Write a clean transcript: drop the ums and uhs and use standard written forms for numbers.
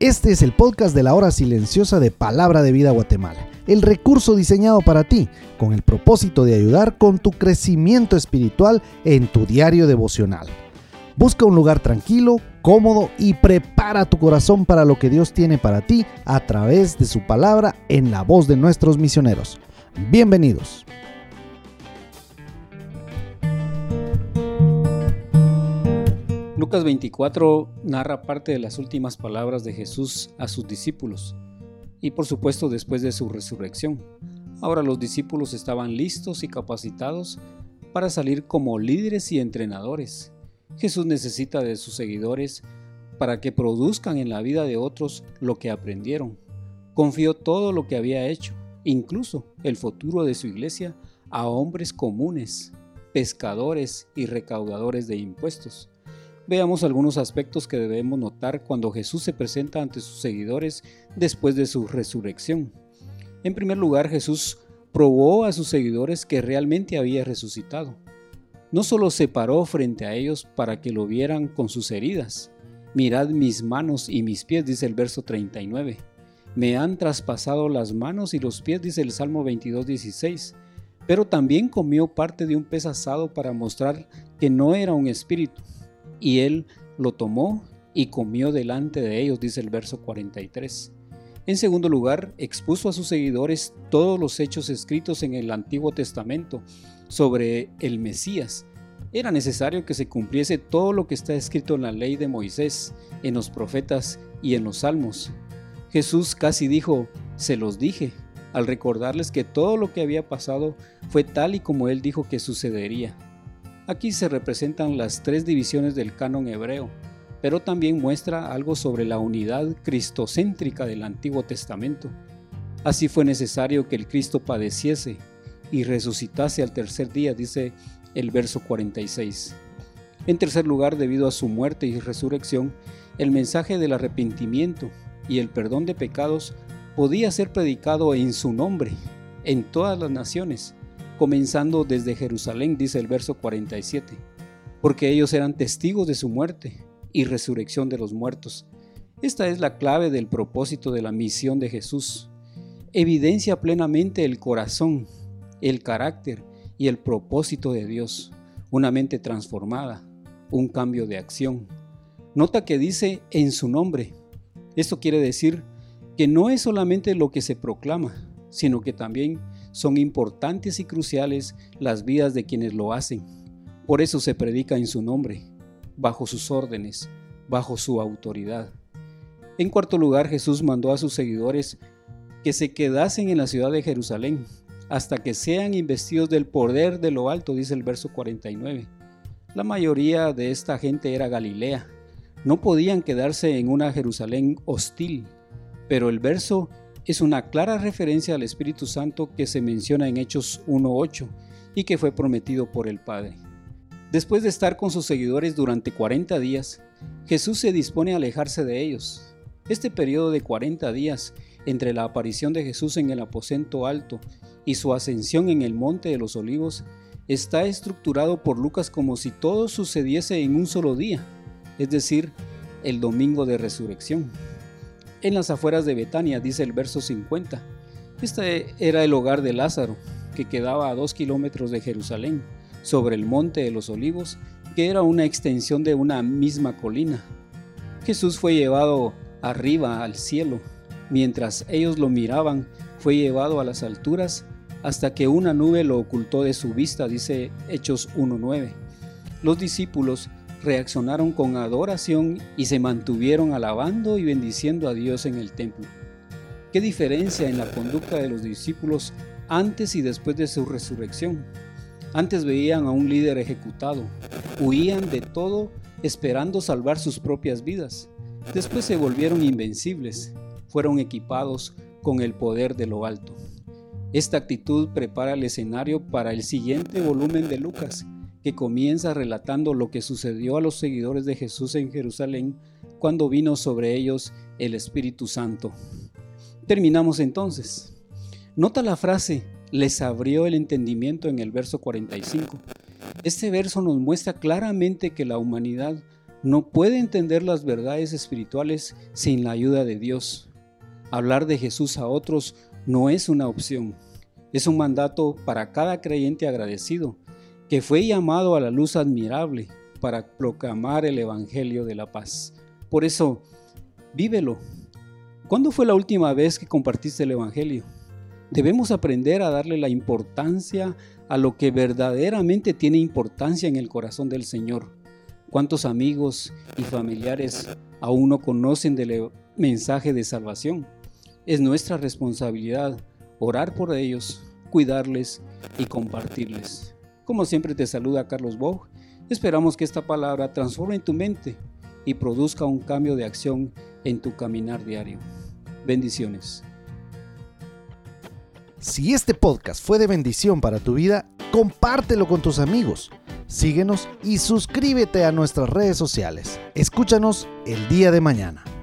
Este es el podcast de la hora silenciosa de Palabra de Vida Guatemala, el recurso diseñado para ti, con el propósito de ayudar con tu crecimiento espiritual en tu diario devocional. Busca un lugar tranquilo, cómodo y prepara tu corazón para lo que Dios tiene para ti a través de su palabra en la voz de nuestros misioneros. Bienvenidos. Lucas 24 narra parte de las últimas palabras de Jesús a sus discípulos y por supuesto después de su resurrección. Ahora los discípulos estaban listos y capacitados para salir como líderes y entrenadores. Jesús necesita de sus seguidores para que produzcan en la vida de otros lo que aprendieron. Confió todo lo que había hecho, incluso el futuro de su iglesia, a hombres comunes, pescadores y recaudadores de impuestos. Veamos algunos aspectos que debemos notar cuando Jesús se presenta ante sus seguidores después de su resurrección. En primer lugar, Jesús probó a sus seguidores que realmente había resucitado. No solo se paró frente a ellos para que lo vieran con sus heridas. Mirad mis manos y mis pies, dice el verso 39. Me han traspasado las manos y los pies, dice el Salmo 22:16. Pero también comió parte de un pez asado para mostrar que no era un espíritu. Y él lo tomó y comió delante de ellos, dice el verso 43. En segundo lugar, expuso a sus seguidores todos los hechos escritos en el Antiguo Testamento sobre el Mesías. Era necesario que se cumpliese todo lo que está escrito en la ley de Moisés, en los profetas y en los salmos. Jesús casi dijo, se los dije, al recordarles que todo lo que había pasado fue tal y como él dijo que sucedería. Aquí se representan las tres divisiones del canon hebreo, pero también muestra algo sobre la unidad cristocéntrica del Antiguo Testamento. Así fue necesario que el Cristo padeciese y resucitase al tercer día, dice el verso 46. En tercer lugar, debido a su muerte y resurrección, el mensaje del arrepentimiento y el perdón de pecados podía ser predicado en su nombre, en todas las naciones, comenzando desde Jerusalén, dice el verso 47, porque ellos eran testigos de su muerte y resurrección de los muertos. Esta es la clave del propósito de la misión de Jesús. Evidencia plenamente el corazón, el carácter y el propósito de Dios, una mente transformada, un cambio de acción. Nota que dice en su nombre. Esto quiere decir que no es solamente lo que se proclama, sino que también son importantes y cruciales las vidas de quienes lo hacen. Por eso se predica en su nombre, bajo sus órdenes, bajo su autoridad. En cuarto lugar, Jesús mandó a sus seguidores que se quedasen en la ciudad de Jerusalén hasta que sean investidos del poder de lo alto, dice el verso 49. La mayoría de esta gente era Galilea. No podían quedarse en una Jerusalén hostil, pero el verso es una clara referencia al Espíritu Santo que se menciona en Hechos 1:8 y que fue prometido por el Padre. Después de estar con sus seguidores durante 40 días, Jesús se dispone a alejarse de ellos. Este periodo de 40 días entre la aparición de Jesús en el aposento alto y su ascensión en el Monte de los Olivos está estructurado por Lucas como si todo sucediese en un solo día, es decir, el domingo de resurrección. En las afueras de Betania, dice el verso 50. Este era el hogar de Lázaro, que quedaba a 2 kilómetros de Jerusalén, sobre el Monte de los Olivos, que era una extensión de una misma colina. Jesús fue llevado arriba al cielo. Mientras ellos lo miraban, fue llevado a las alturas hasta que una nube lo ocultó de su vista, dice Hechos 1:9. Los discípulos reaccionaron con adoración y se mantuvieron alabando y bendiciendo a Dios en el templo. ¿Qué diferencia en la conducta de los discípulos antes y después de su resurrección? Antes veían a un líder ejecutado, huían de todo esperando salvar sus propias vidas. Después se volvieron invencibles, fueron equipados con el poder de lo alto. Esta actitud prepara el escenario para el siguiente volumen de Lucas, que comienza relatando lo que sucedió a los seguidores de Jesús en Jerusalén cuando vino sobre ellos el Espíritu Santo. Terminamos entonces. Nota la frase, les abrió el entendimiento en el verso 45. Este verso nos muestra claramente que la humanidad no puede entender las verdades espirituales sin la ayuda de Dios. Hablar de Jesús a otros no es una opción, es un mandato para cada creyente agradecido, que fue llamado a la luz admirable para proclamar el Evangelio de la paz. Por eso, vívelo. ¿Cuándo fue la última vez que compartiste el Evangelio? Debemos aprender a darle la importancia a lo que verdaderamente tiene importancia en el corazón del Señor. ¿Cuántos amigos y familiares aún no conocen del mensaje de salvación? Es nuestra responsabilidad orar por ellos, cuidarles y compartirles. Como siempre te saluda Carlos Bog. Esperamos que esta palabra transforme tu mente y produzca un cambio de acción en tu caminar diario. Bendiciones. Si este podcast fue de bendición para tu vida, compártelo con tus amigos. Síguenos y suscríbete a nuestras redes sociales. Escúchanos el día de mañana.